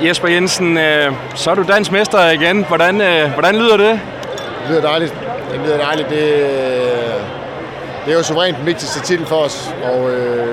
Jesper Jensen, så er du dansk mester igen. Hvordan lyder det? Det lyder dejligt. Det er jo suverænt den vigtigste titel for os, og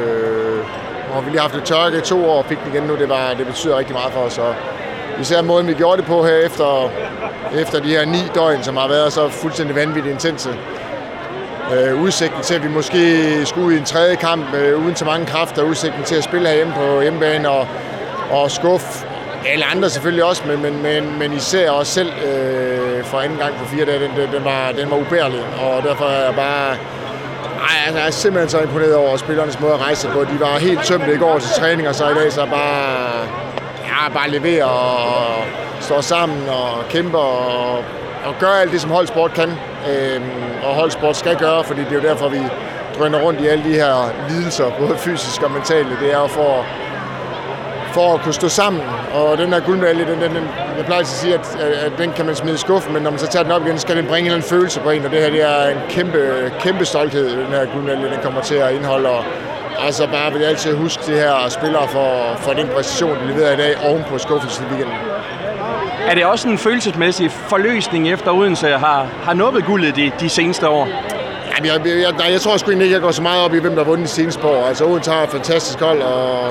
vi lige haft lidt tørke i 2 år og fik den igen nu. Det betyder rigtig meget for os, og især måden vi gjorde det på her efter de her 9 døgn, som har været så fuldstændig vanvittigt intense. Udsigten til, at vi måske skulle ud i en 3. kamp uden så mange kræfter, udsigten til at spille herhjemme på hjemmebane og skuffe alle andre selvfølgelig også, men især os selv for anden gang på 4 dage, den var ubærlig, og derfor er jeg bare... jeg er simpelthen så imponeret over spillernes måde at rejse på. De var helt tømte i går til træning, og så i dag så bare levere og stå sammen og kæmpe og gøre alt det, som holdsport kan. Og holdsport skal gøre, fordi det er jo derfor, vi drøner rundt i alle de her lidelser, både fysisk og mentale. Det er jo for at kunne stå sammen, og den her guldmedalje, jeg plejer at sige, at den kan man smide i skuffen, men når man så tager den op igen, så skal den bringe en eller anden følelse på en, og det her det er en kæmpe stolthed, den her guldmedalje, den kommer til at indeholde, og altså bare vil jeg altid huske de her spillere for den præstation, de leverer i dag, oven på skuffelsen i weekenden. Er det også en følelsesmæssig forløsning efter Odense har nuppet guldet de seneste år? Jeg tror sgu ikke, jeg går så meget op i, hvem der har vundet de seneste år. Altså Odense har et fantastisk hold, og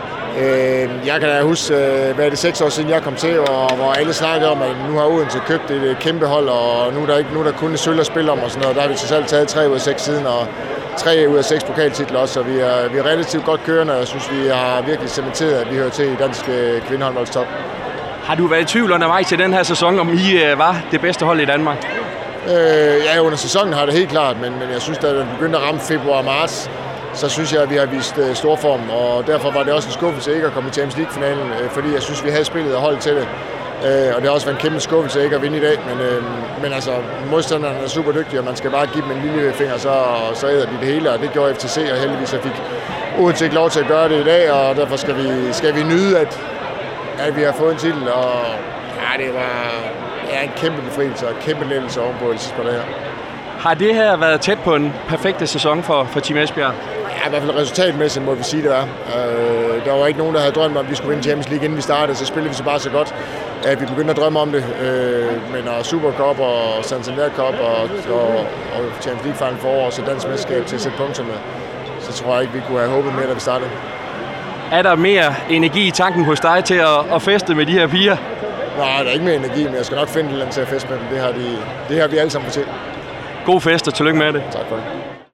jeg kan da huske, hvad er det 6 år siden jeg kom til, hvor alle snakkede om, at nu har Odense købt et kæmpe hold, og nu er der kun et sølv at spille om og sådan noget. Der har vi til selv taget 3 ud af 6 siden, og 3 ud af 6 pokaltitler også, så vi er relativt godt kørende, og jeg synes, vi har virkelig cementeret, at vi hører til i dansk kvindehåndboldstop. Har du været i tvivl undervejs til den her sæson, om I var det bedste hold i Danmark? Ja, under sæsonen har det helt klart, men jeg synes, da den begyndte at ramme februar og marts, så synes jeg, at vi har vist stor form, og derfor var det også en skuffelse ikke at komme i Champions League-finalen, fordi jeg synes, vi havde spillet og holdt til det. Og det har også været en kæmpe skuffelse ikke at vinde i dag, men altså, modstanderne er super dygtige, og man skal bare give dem en lille finger, så æder de det hele, og det gjorde FTC, og heldigvis fik Odense ikke lov til at gøre det i dag, og derfor skal vi nyde, at vi har fået en titel, og ja, det var en kæmpe befrielse og en kæmpe lettelse ovenpå på det her. Har det her været tæt på en perfekte sæson for Team Esbjerg? Ja, i hvert fald resultatmæssigt må vi sige, det var. Der var ikke nogen, der havde drømt om, at vi skulle vinde Champions League, inden vi startede, så spillede vi så bare så godt, at vi begyndte at drømme om det. Men Super Cup og Santander Cup og Champions League Final Four og så dansk mesterskab til at sætte punkter med, så tror jeg ikke, vi kunne have håbet mere, da vi startede. Er der mere energi i tanken hos dig til at feste med de her piger? Nej, der er ikke mere energi, men jeg skal nok finde et eller andet til at feste med dem. Det har vi alle sammen fortjent. God fest og tillykke med det. Tak for det.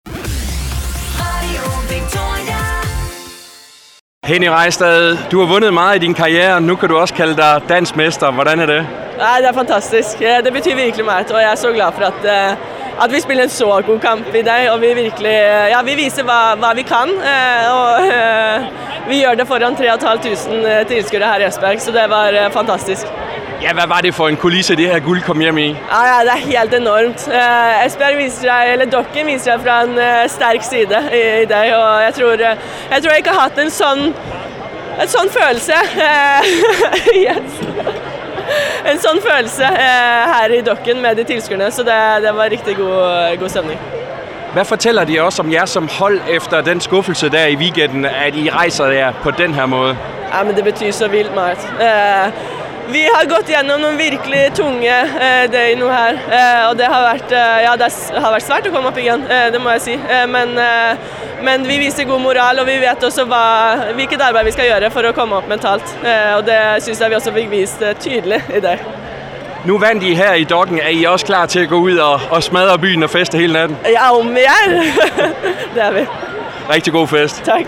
Henny Reistad, du har vundet meget i din karriere, nu kan du også kalde dig dansk mester. Hvordan er det? Ja, det er fantastisk. Det betyder virkelig meget, og jeg er så glad for at vi spiller en så god kamp i dag, og vi virkelig, vi viser hvad vi kan, og vi gør det foran 3.500 tilskuere her i Esbjerg, så det var fantastisk. Ja, hvad var det for en kulisse, det her guld kom hjem i? Ja, det er helt enormt. Esbjerg viser sig, eller Dokken viser sig fra en stærk side i dag, og jeg tror jeg ikke har haft en sånn følelse. Yes. En sånn følelse her i Dokken med de tilskuerne, så det var rigtig god stemning. Hvad fortæller de også om jer som hold efter den skuffelse der i weekenden, at I rejser jer på den her måde? Ja, men det betyder så vildt meget. Vi har gått gjennom nogle virkelig tunge dage nu her, og det har været svært at komme op igen, det må jeg sige. Men vi viser god moral, og vi vet også hvilket arbejde vi skal gøre for at komme op mentalt. Og det synes jeg vi også fik vist tydeligt i dag. Nu vandt I her i Dokken. Er I også klar til at gå ud og smadre byen og feste hele natten? Ja, om vi er. Det er vi. Rigtig god fest. Tak.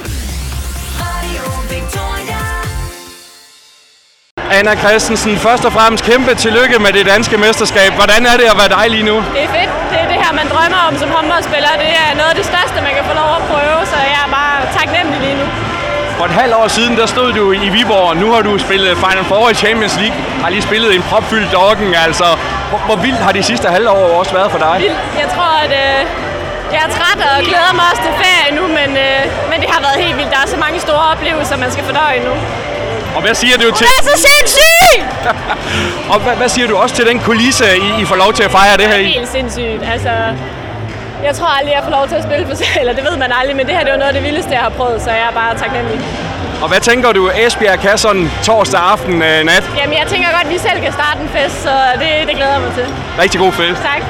Anna Christensen, først og fremmest kæmpe tillykke med det danske mesterskab. Hvordan er det at være dig lige nu? Det er fedt. Det er det her, man drømmer om som håndboldspiller. Det er noget af det største, man kan få lov at prøve, så jeg er bare taknemmelig lige nu. For et halvt år siden, der stod du i Viborg, og nu har du spillet Final Four i Champions League. Har lige spillet en propfyldt Dokken, altså. Hvor vildt har de sidste halve år også været for dig? Jeg tror, at jeg er træt og glæder mig også til ferie nu, men det har været helt vildt. Der er så mange store oplevelser, man skal fordøje nu. Og hvad siger du til... Det er så sindssygt! Og hvad siger du også til den kulisse, I får lov til at fejre det her i? Det er helt sindssygt. Altså, jeg tror aldrig, jeg får lov til at spille for sig, eller det ved man aldrig, men det her det er jo noget af det vildeste, jeg har prøvet, så jeg er bare taknemmelig. Og hvad tænker du, Esbjerg kan sådan torsdag aften nat? Jamen, jeg tænker godt, at vi selv kan starte en fest, så det glæder jeg mig til. Rigtig god fest. Tak.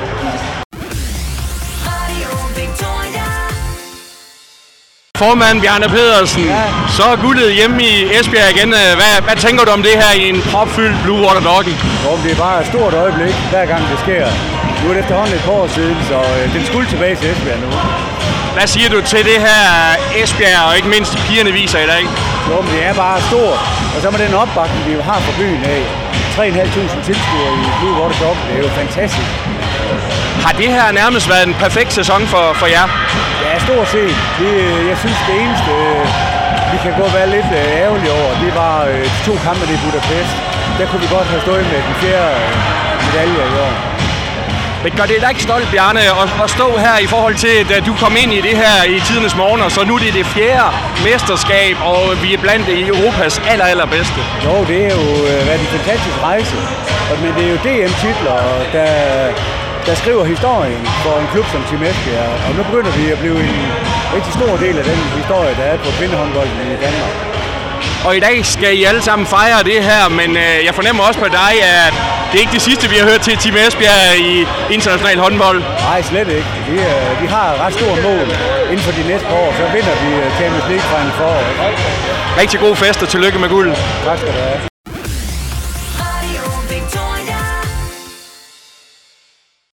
Formand Bjarne Pedersen, så er guldet hjemme i Esbjerg igen. Hvad tænker du om det her i en propfyldt Blue Water Doggen? Det er bare et stort øjeblik, hver gang det sker. Nu er det efterhånden et par år siden, så den skulle tilbage til Esbjerg nu. Hvad siger du til det her Esbjerg, og ikke mindst pigerne viser i dag? Jo, men det er bare stort. Og så med den opbakning, vi har fra byen af. 3.500 tilskuere i Blue Water Doggen, det er jo fantastisk. Har det her nærmest været en perfekt sæson for jer? Ja, stort set. Jeg synes, det eneste, vi kan godt være lidt ærgerlige over, det var de 2 kampe i Budapest. Der kunne vi godt have stået med den 4. medalje i år. Men gør det dig ikke stolt, Bjarne, at stå her i forhold til, da du kom ind i det her i tidernes morgen, og så nu er det 4. mesterskab, og vi er blandt Europas allerbedste? Jo, det er jo været en fantastisk rejse, men det er jo DM-titler, der skriver historien for en klub som Team Esbjerg, og nu begynder vi at blive en rigtig stor del af den historie, der er på kvindehåndbolden i Danmark. Og i dag skal I alle sammen fejre det her, men jeg fornemmer også på dig, at det er ikke det sidste, vi har hørt til Team Esbjerg i international håndbold. Nej, slet ikke. Vi har ret stort mål inden for de næste år, så vinder vi Champions League fra en forår. Rigtig god fest og tillykke med guld. Tak skal du have.